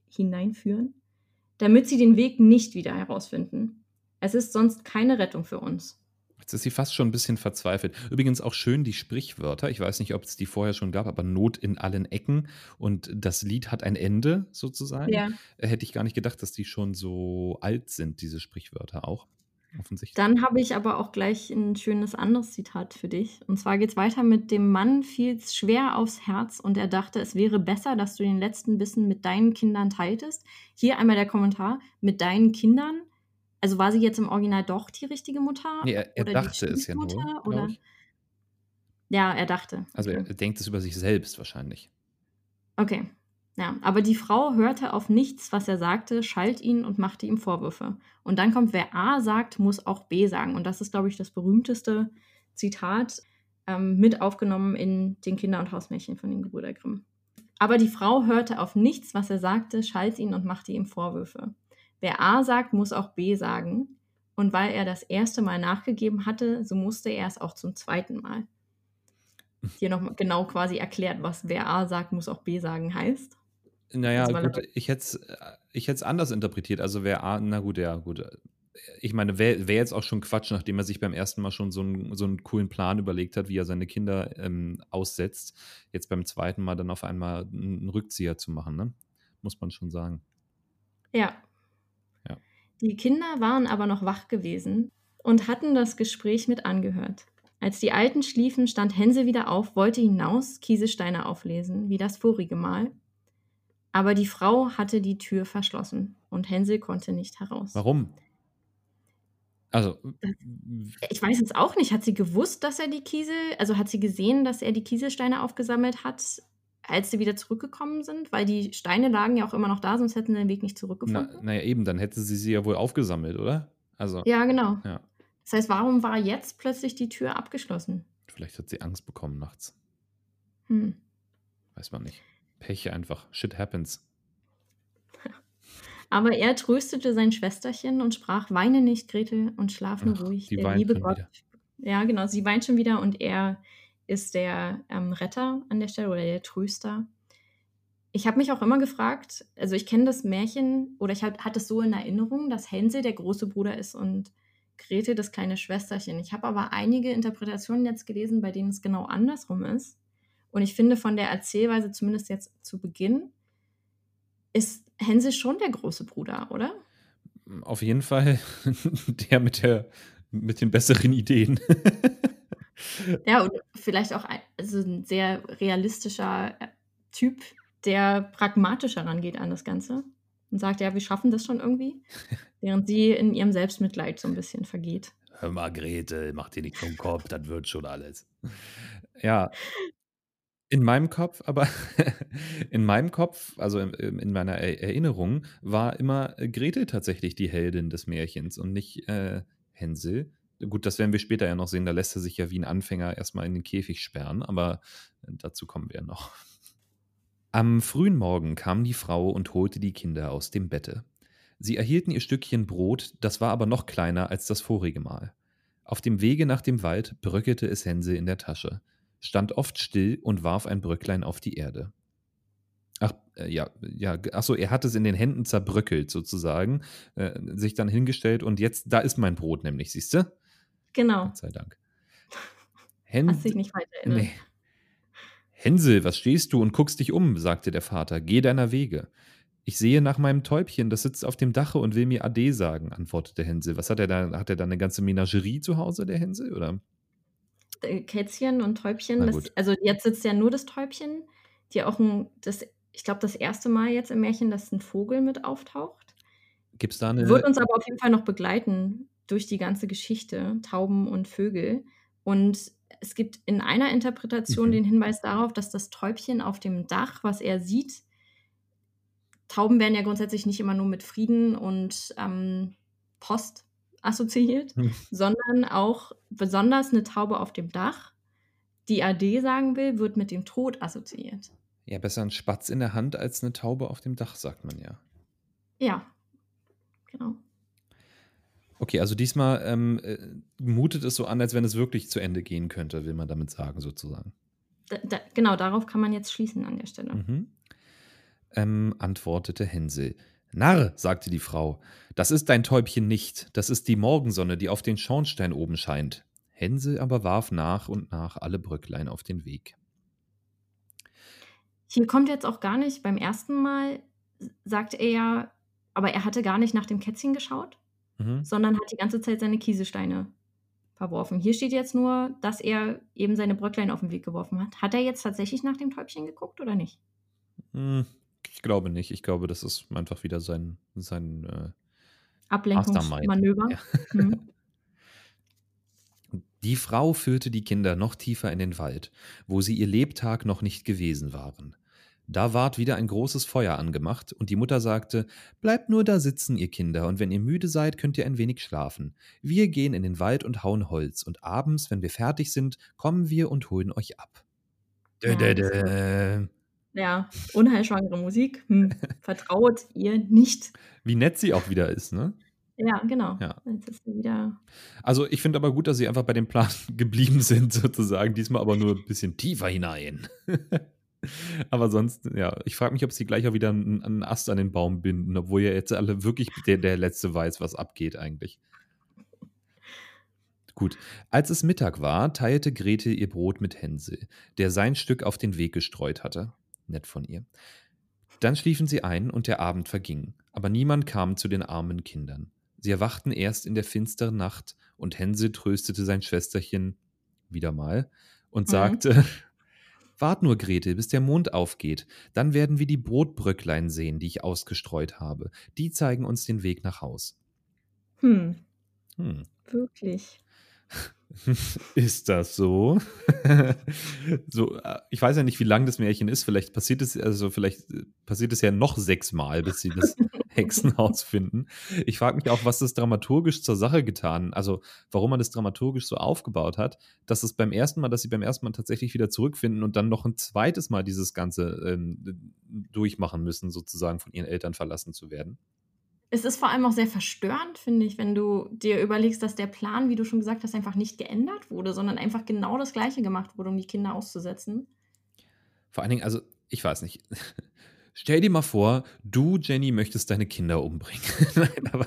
A: damit sie den Weg nicht wieder herausfinden. Es ist sonst keine Rettung für uns.
B: Jetzt ist sie fast schon ein bisschen verzweifelt. Übrigens auch schön die Sprichwörter. Ich weiß nicht, ob es die vorher schon gab, aber Not in allen Ecken und das Lied hat ein Ende sozusagen.
A: Ja.
B: Hätte ich gar nicht gedacht, dass die schon so alt sind, diese Sprichwörter auch. Offensichtlich.
A: Dann habe ich aber auch gleich ein schönes anderes Zitat für dich. Und zwar geht's weiter mit: Dem Mann fiel's schwer aufs Herz und er dachte, es wäre besser, dass du den letzten Bissen mit deinen Kindern teiltest. Hier einmal der Kommentar: Mit deinen Kindern? Also war sie jetzt im Original doch die richtige Mutter
B: Nee, er
A: oder die
B: dachte es ja nur,
A: Stiefmutter?
B: glaube
A: Oder?
B: ich.
A: Ja, er dachte.
B: Also er
A: Okay.
B: denkt es über sich selbst wahrscheinlich.
A: Okay. Ja, aber die Frau hörte auf nichts, was er sagte, schalt ihn und machte ihm Vorwürfe. Und dann kommt: Wer A sagt, muss auch B sagen. Und das ist, glaube ich, das berühmteste Zitat, mit aufgenommen in den Kinder- und Hausmärchen von den Gebrüder Grimm. Aber die Frau hörte auf nichts, was er sagte, schalt ihn und machte ihm Vorwürfe. Wer A sagt, muss auch B sagen. Und weil er das erste Mal nachgegeben hatte, so musste er es auch zum zweiten Mal. Hier nochmal genau quasi erklärt, was wer A sagt, muss auch B sagen heißt.
B: Naja,
A: Also weil
B: gut, ich hätte es anders interpretiert. Also wer A, na gut, ja, gut. Ich meine, wäre jetzt auch schon Quatsch, nachdem er sich beim ersten Mal schon so einen coolen Plan überlegt hat, wie er seine Kinder aussetzt, jetzt beim zweiten Mal dann auf einmal einen Rückzieher zu machen, ne? Muss man schon sagen.
A: Ja.
B: Ja.
A: Die Kinder waren aber noch wach gewesen und hatten das Gespräch mit angehört. Als die Alten schliefen, stand Hänsel wieder auf, wollte hinaus Kieselsteine auflesen, wie das vorige Mal. Aber die Frau hatte die Tür verschlossen und Hänsel konnte nicht heraus.
B: Warum? Also,
A: Ich weiß es auch nicht. Hat sie gewusst, dass er also hat sie gesehen, dass er die Kieselsteine aufgesammelt hat, als sie wieder zurückgekommen sind? Weil die Steine lagen ja auch immer noch da, sonst hätten sie den Weg nicht zurückgefunden.
B: naja, eben, dann hätte sie ja wohl aufgesammelt, oder? Also,
A: Ja, genau.
B: ja.
A: Das heißt, warum war jetzt plötzlich die Tür abgeschlossen?
B: Vielleicht hat sie Angst bekommen nachts. Weiß man nicht. Pech einfach. Shit happens.
A: Aber er tröstete sein Schwesterchen und sprach: Weine nicht, Gretel, und schlaf nur
B: Ach,
A: ruhig.
B: die
A: Der
B: weint
A: liebe
B: schon
A: Gott.
B: wieder.
A: Ja, genau, sie weint schon wieder und er ist der Retter an der Stelle oder der Tröster. Ich habe mich auch immer gefragt, also ich kenne das Märchen oder ich hatte es so in Erinnerung, dass Hänsel der große Bruder ist und Gretel das kleine Schwesterchen. Ich habe aber einige Interpretationen jetzt gelesen, bei denen es genau andersrum ist. Und ich finde, von der Erzählweise, zumindest jetzt zu Beginn, ist Hänsel schon der große Bruder, oder?
B: Auf jeden Fall der mit den besseren Ideen.
A: Ja, und vielleicht auch also 'n sehr realistischer, Typ, der pragmatischer rangeht an das Ganze und sagt: „Ja, wir schaffen das schon irgendwie“, während sie in ihrem Selbstmitleid so 'n bisschen vergeht.
B: Hör mal, Gretel, mach dir nicht so 'n Kopf, das wird schon alles. Ja, in meinem Kopf aber in meinem Kopf, also in meiner Erinnerung, war immer Gretel tatsächlich die Heldin des Märchens und nicht, Hänsel. Gut, das werden wir später ja noch sehen, da lässt er sich ja wie 'n Anfänger erst mal in den Käfig sperren, aber dazu kommen wir ja noch. Am frühen Morgen kam die Frau und holte die Kinder aus dem Bette. Sie erhielten ihr Stückchen Brot, das war aber noch kleiner als das vorige Mal. Auf dem Wege nach dem Wald bröckelte es Hänsel in der Tasche, stand oft still und warf ein Bröcklein auf die Erde. Ach, ja, ach so, er hat es in den Händen zerbröckelt sozusagen, sich dann hingestellt und jetzt, da ist mein Brot nämlich, siehst du?
A: Genau.
B: Gott sei Dank.
A: Hast dich
B: Händ
A: nicht falsch erinnert.
B: ne. Hänsel, was stehst du und guckst dich um, sagte der Vater, geh deiner Wege. Ich sehe nach meinem Täubchen, das sitzt auf dem Dache und will mir Ade sagen, antwortete Hänsel. Was hat er da? Hat er da eine ganze Menagerie zu Hause, der Hänsel, oder?
A: Kätzchen und Täubchen,
B: Na gut.
A: also jetzt sitzt ja nur das Täubchen, die auch ich glaube, das erste Mal jetzt im Märchen, dass 'n Vogel mit auftaucht.
B: Gibt's da
A: Wird
B: 'ne
A: uns aber auf jeden Fall noch begleiten durch die ganze Geschichte, Tauben und Vögel. Und es gibt in einer Interpretation
B: mhm.
A: den Hinweis darauf, dass das Täubchen auf dem Dach, was er sieht, Tauben werden ja grundsätzlich nicht immer nur mit Frieden und, Post assoziiert,
B: Hm.
A: sondern auch besonders 'ne Taube auf dem Dach, die Ade sagen will, wird mit dem Tod assoziiert.
B: Ja, besser 'n Spatz in der Hand als 'ne Taube auf dem Dach, sagt man ja.
A: Ja, genau.
B: Okay, also diesmal mutet es so an, als wenn es wirklich zu Ende gehen könnte, will man damit sagen, sozusagen.
A: Genau, darauf kann man jetzt schließen an der Stelle.
B: Mhm. Antwortete Hänsel. Narr, sagte die Frau, das ist dein Täubchen nicht, das ist die Morgensonne, die auf den Schornstein oben scheint. Hänsel aber warf nach und nach alle Bröcklein auf den Weg.
A: Hier kommt jetzt auch gar nicht beim ersten Mal sagt er ja aber er hatte gar nicht nach dem Kätzchen geschaut,
B: Mhm.
A: sondern hat die ganze Zeit seine Kieselsteine verworfen. Hier steht jetzt nur, dass er eben seine Bröcklein auf den Weg geworfen hat. Hat er jetzt tatsächlich nach dem Täubchen geguckt oder nicht?
B: Ich glaube nicht. Ich glaube, das ist einfach wieder sein Mastermind.
A: Ablenkungsmanöver.
B: Ja.
A: Mhm.
B: Die Frau führte die Kinder noch tiefer in den Wald, wo sie ihr Lebtag noch nicht gewesen waren. Da ward wieder ein großes Feuer angemacht, und die Mutter sagte, bleibt nur da sitzen, ihr Kinder, und wenn ihr müde seid, könnt ihr ein wenig schlafen. Wir gehen in den Wald und hauen Holz, und abends, wenn wir fertig sind, kommen wir und holen euch ab.
A: Ja, das wird unheilschwangere Musik. Vertraut ihr nicht.
B: Wie nett sie auch wieder ist, ne?
A: Ja, genau.
B: Ja.
A: Jetzt ist sie wieder
B: Also ich finde aber gut, dass sie einfach bei dem Plan geblieben sind, sozusagen. Diesmal aber nur ein bisschen tiefer hinein. Aber sonst, ja, ich frage mich, ob sie gleich auch wieder einen Ast an den Baum binden, obwohl ja jetzt alle wirklich der Letzte weiß, was abgeht eigentlich. Gut, als es Mittag war, teilte Grete ihr Brot mit Hänsel, der sein Stück auf den Weg gestreut hatte. Nett von ihr. Dann schliefen sie ein und der Abend verging, aber niemand kam zu den armen Kindern. Sie erwachten erst in der finsteren Nacht, und Hänsel tröstete sein Schwesterchen wieder mal und sagte, wart nur, Grete, bis der Mond aufgeht, dann werden wir die Brotbröcklein sehen, die ich ausgestreut habe. Die zeigen uns den Weg nach Haus. Hm.
A: Wirklich.
B: Ist das so? Ich weiß ja nicht, wie lang das Märchen ist. Vielleicht passiert es ja noch 6 Mal, bis sie das Hexenhaus finden. Ich frage mich auch, was das dramaturgisch zur Sache getan, also warum man das dramaturgisch so aufgebaut hat, dass sie beim ersten Mal tatsächlich wieder zurückfinden und dann noch ein zweites Mal dieses Ganze durchmachen müssen, sozusagen von ihren Eltern verlassen zu werden.
A: Es ist vor allem auch sehr verstörend, finde ich, wenn du dir überlegst, dass der Plan, wie du schon gesagt hast, einfach nicht geändert wurde, sondern einfach genau das Gleiche gemacht wurde, um die Kinder auszusetzen.
B: Vor allen Dingen, also, ich weiß nicht. Stell dir mal vor, du, Jenny, möchtest deine Kinder umbringen. Nein, aber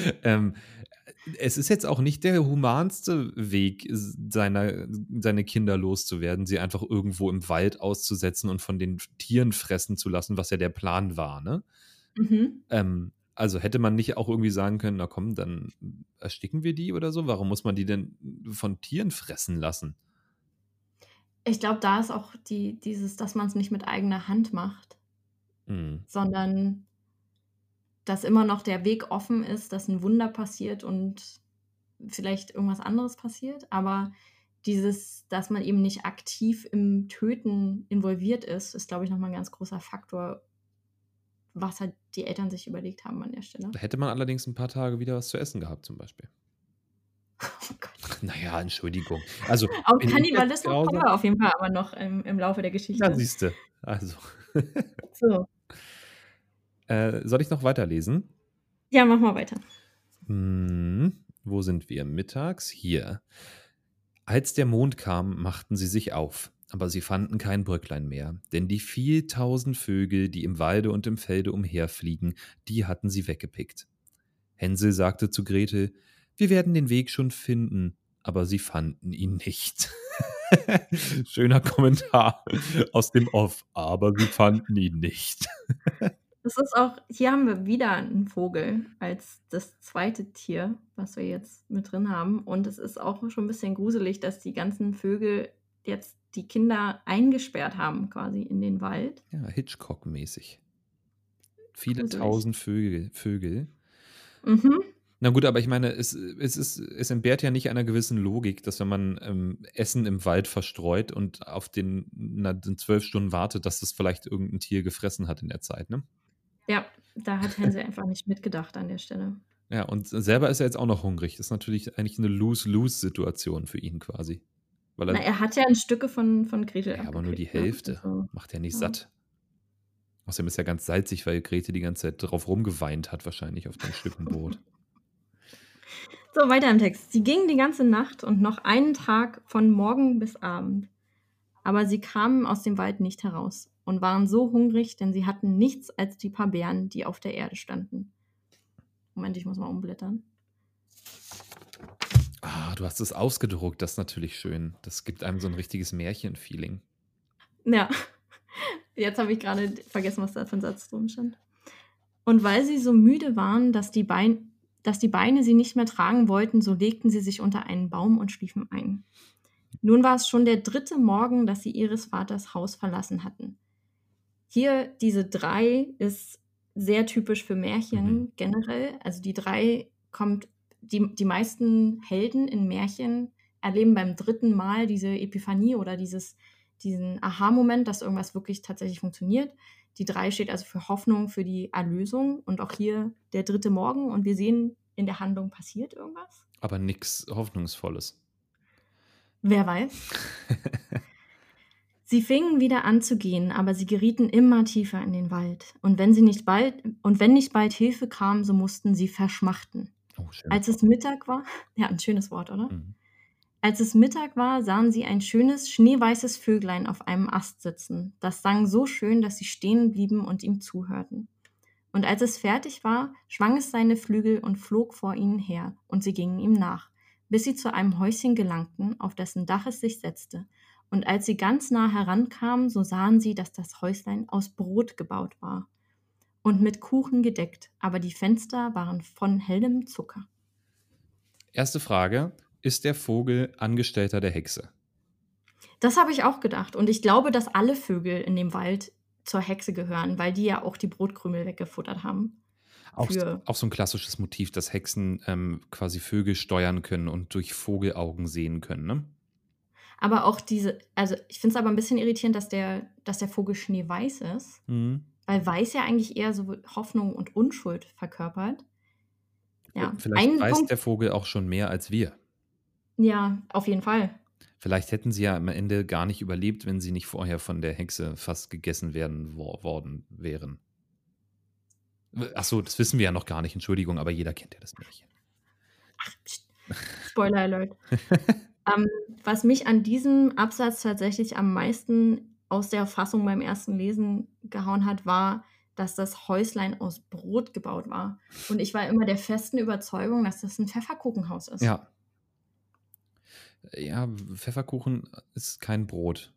B: es ist jetzt auch nicht der humanste Weg, seine Kinder loszuwerden, sie einfach irgendwo im Wald auszusetzen und von den Tieren fressen zu lassen, was ja der Plan war, ne? Also hätte man nicht auch irgendwie sagen können, na komm, dann ersticken wir die oder so? Warum muss man die denn von Tieren fressen lassen?
A: Ich glaube, da ist auch dass man es nicht mit eigener Hand macht, sondern dass immer noch der Weg offen ist, dass ein Wunder passiert und vielleicht irgendwas anderes passiert. Aber dass man eben nicht aktiv im Töten involviert ist, glaube ich, nochmal ein ganz großer Faktor, was halt die Eltern sich überlegt haben an der Stelle.
B: Da hätte man allerdings ein paar Tage wieder was zu essen gehabt, zum Beispiel.
A: Oh Gott.
B: Naja, Entschuldigung. Also,
A: auf Kannibalismus kommen wir auf jeden Fall aber noch im Laufe der Geschichte.
B: Ja, siehste. Also.
A: So.
B: Soll ich noch weiterlesen?
A: Ja, mach mal weiter.
B: Wo sind wir? Mittags? Hier. Als der Mond kam, machten sie sich auf, aber sie fanden kein Bröcklein mehr, denn die viel tausend Vögel, die im Walde und im Felde umherfliegen, die hatten sie weggepickt. Hänsel sagte zu Gretel, wir werden den Weg schon finden, aber sie fanden ihn nicht. Schöner Kommentar aus dem Off, aber sie fanden ihn nicht.
A: Das ist auch, hier haben wir wieder einen Vogel als das zweite Tier, was wir jetzt mit drin haben. Und es ist auch schon ein bisschen gruselig, dass die ganzen Vögel jetzt die Kinder eingesperrt haben, quasi in den Wald.
B: Ja, Hitchcock-mäßig. Viele gruselig. Tausend Vögel. Na gut, aber ich meine, es entbehrt ja nicht einer gewissen Logik, dass wenn man Essen im Wald verstreut und auf den 12 Stunden wartet, dass das vielleicht irgendein Tier gefressen hat in der Zeit, ne?
A: Ja, da hat Hänsel einfach nicht mitgedacht an der Stelle.
B: Ja, und selber ist er jetzt auch noch hungrig. Das ist natürlich eigentlich eine Lose-Lose-Situation für ihn quasi. Weil
A: er hat ja ein Stücke von Gretel
B: ja, aber nur die Hälfte. Ne? Also, macht ja nicht satt. Außerdem ist er ganz salzig, weil Grete die ganze Zeit drauf rumgeweint hat wahrscheinlich auf den Stücken Brot.
A: So, weiter im Text. Sie gingen die ganze Nacht und noch einen Tag von Morgen bis Abend. Aber sie kamen aus dem Wald nicht heraus und waren so hungrig, denn sie hatten nichts als die paar Beeren, die auf der Erde standen. Moment, ich muss mal umblättern.
B: Du hast es ausgedruckt, das ist natürlich schön. Das gibt einem so ein richtiges Märchen-Feeling.
A: Ja, jetzt habe ich gerade vergessen, was da für ein Satz drum stand. Und weil sie so müde waren, dass die Beine sie nicht mehr tragen wollten, so legten sie sich unter einen Baum und schliefen ein. Nun war es schon der 3. Morgen, dass sie ihres Vaters Haus verlassen hatten. Hier, diese 3 ist sehr typisch für Märchen generell. Also die 3 kommt, die meisten Helden in Märchen erleben beim 3. Mal diese Epiphanie oder diesen Aha-Moment, dass irgendwas wirklich tatsächlich funktioniert. Die 3 steht also für Hoffnung, für die Erlösung und auch hier der 3. Morgen und wir sehen, in der Handlung passiert irgendwas.
B: Aber nichts Hoffnungsvolles.
A: Wer weiß. Sie fingen wieder an zu gehen, aber sie gerieten immer tiefer in den Wald. Und wenn nicht bald Hilfe kam, so mussten sie verschmachten.
B: Oh, schön.
A: Als es Mittag war, ja, ein schönes Wort, oder?
B: Mhm.
A: Als es Mittag war, sahen sie ein schönes, schneeweißes Vöglein auf einem Ast sitzen. Das sang so schön, dass sie stehen blieben und ihm zuhörten. Und als es fertig war, schwang es seine Flügel und flog vor ihnen her, und sie gingen ihm nach, bis sie zu einem Häuschen gelangten, auf dessen Dach es sich setzte. Und als sie ganz nah herankamen, so sahen sie, dass das Häuslein aus Brot gebaut war und mit Kuchen gedeckt, aber die Fenster waren von hellem Zucker.
B: Erste Frage: Ist der Vogel Angestellter der Hexe?
A: Das habe ich auch gedacht. Und ich glaube, dass alle Vögel in dem Wald zur Hexe gehören, weil die ja auch die Brotkrümel weggefuttert haben.
B: Auch so ein klassisches Motiv, dass Hexen quasi Vögel steuern können und durch Vogelaugen sehen können, ne?
A: Aber auch also ich finde es aber ein bisschen irritierend, dass der Vogel schneeweiß ist, weil weiß ja eigentlich eher so Hoffnung und Unschuld verkörpert. Ja,
B: Vielleicht weiß der Vogel auch schon mehr als wir.
A: Ja, auf jeden Fall.
B: Vielleicht hätten sie ja am Ende gar nicht überlebt, wenn sie nicht vorher von der Hexe fast gegessen worden wären. Achso, das wissen wir ja noch gar nicht, Entschuldigung, aber jeder kennt ja das Märchen.
A: Ach, Spoiler Alert. Was mich an diesem Absatz tatsächlich am meisten aus der Fassung beim ersten Lesen gehauen hat, war, dass das Häuslein aus Brot gebaut war. Und ich war immer der festen Überzeugung, dass das ein Pfefferkuchenhaus ist.
B: Ja. Ja, Pfefferkuchen ist kein Brot.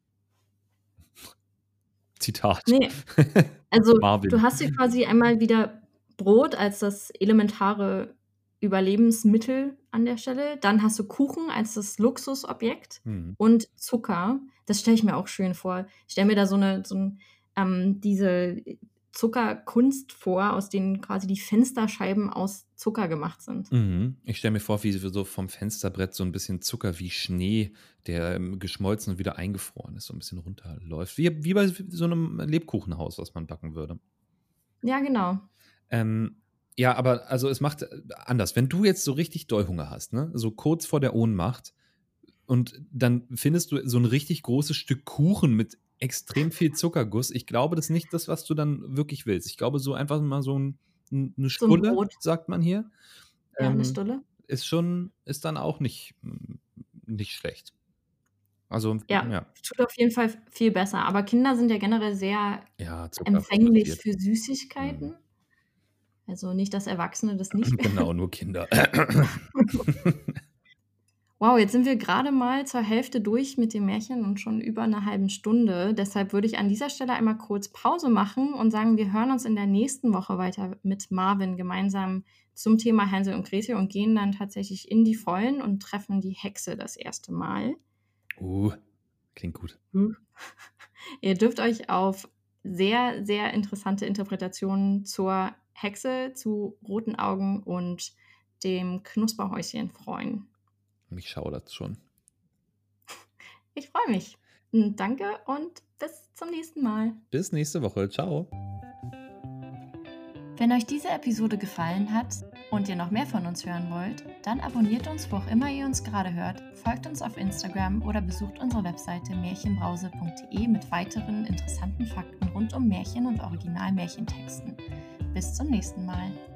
B: Zitat.
A: Nee, also
B: Marvin.
A: du hast hier quasi einmal wieder Brot als das elementare Überlebensmittel an der Stelle. Dann hast du Kuchen als das Luxusobjekt und Zucker. Das stelle ich mir auch schön vor. Ich stelle mir da diese Zuckerkunst vor, aus denen quasi die Fensterscheiben aus Zucker gemacht sind.
B: Ich stelle mir vor, wie so vom Fensterbrett so ein bisschen Zucker wie Schnee, der geschmolzen und wieder eingefroren ist, so ein bisschen runterläuft. Wie bei so einem Lebkuchenhaus, was man backen würde.
A: Ja, genau.
B: Ja, aber also es macht anders. Wenn du jetzt so richtig doll Hunger hast, ne, so kurz vor der Ohnmacht, und dann findest du so ein richtig großes Stück Kuchen mit extrem viel Zuckerguss. Ich glaube, das ist nicht das, was du dann wirklich willst. Ich glaube, so einfach mal eine Stulle,
A: Brot.
B: sagt man hier.
A: Ja, eine Stulle.
B: Ist dann auch nicht schlecht. Also,
A: Ja, tut auf jeden Fall viel besser. Aber Kinder sind ja generell sehr empfänglich für Süßigkeiten. Also nicht, dass Erwachsene das nicht mehr.
B: Genau, nur Kinder.
A: Wow, jetzt sind wir gerade mal zur Hälfte durch mit dem Märchen und schon über eine halbe Stunde. Deshalb würde ich an dieser Stelle einmal kurz Pause machen und sagen, wir hören uns in der nächsten Woche weiter mit Marvin gemeinsam zum Thema Hänsel und Gretel und gehen dann tatsächlich in die Vollen und treffen die Hexe das erste Mal.
B: Klingt gut.
A: Ihr dürft euch auf sehr, sehr interessante Interpretationen zur Hexe, zu roten Augen und dem Knusperhäuschen freuen.
B: Mich schaudert schon.
A: Ich freue mich. Danke und bis zum nächsten Mal.
B: Bis nächste Woche. Ciao.
A: Wenn euch diese Episode gefallen hat und ihr noch mehr von uns hören wollt, dann abonniert uns, wo auch immer ihr uns gerade hört, folgt uns auf Instagram oder besucht unsere Webseite märchenbrause.de mit weiteren interessanten Fakten rund um Märchen und Original-Märchentexten. Bis zum nächsten Mal.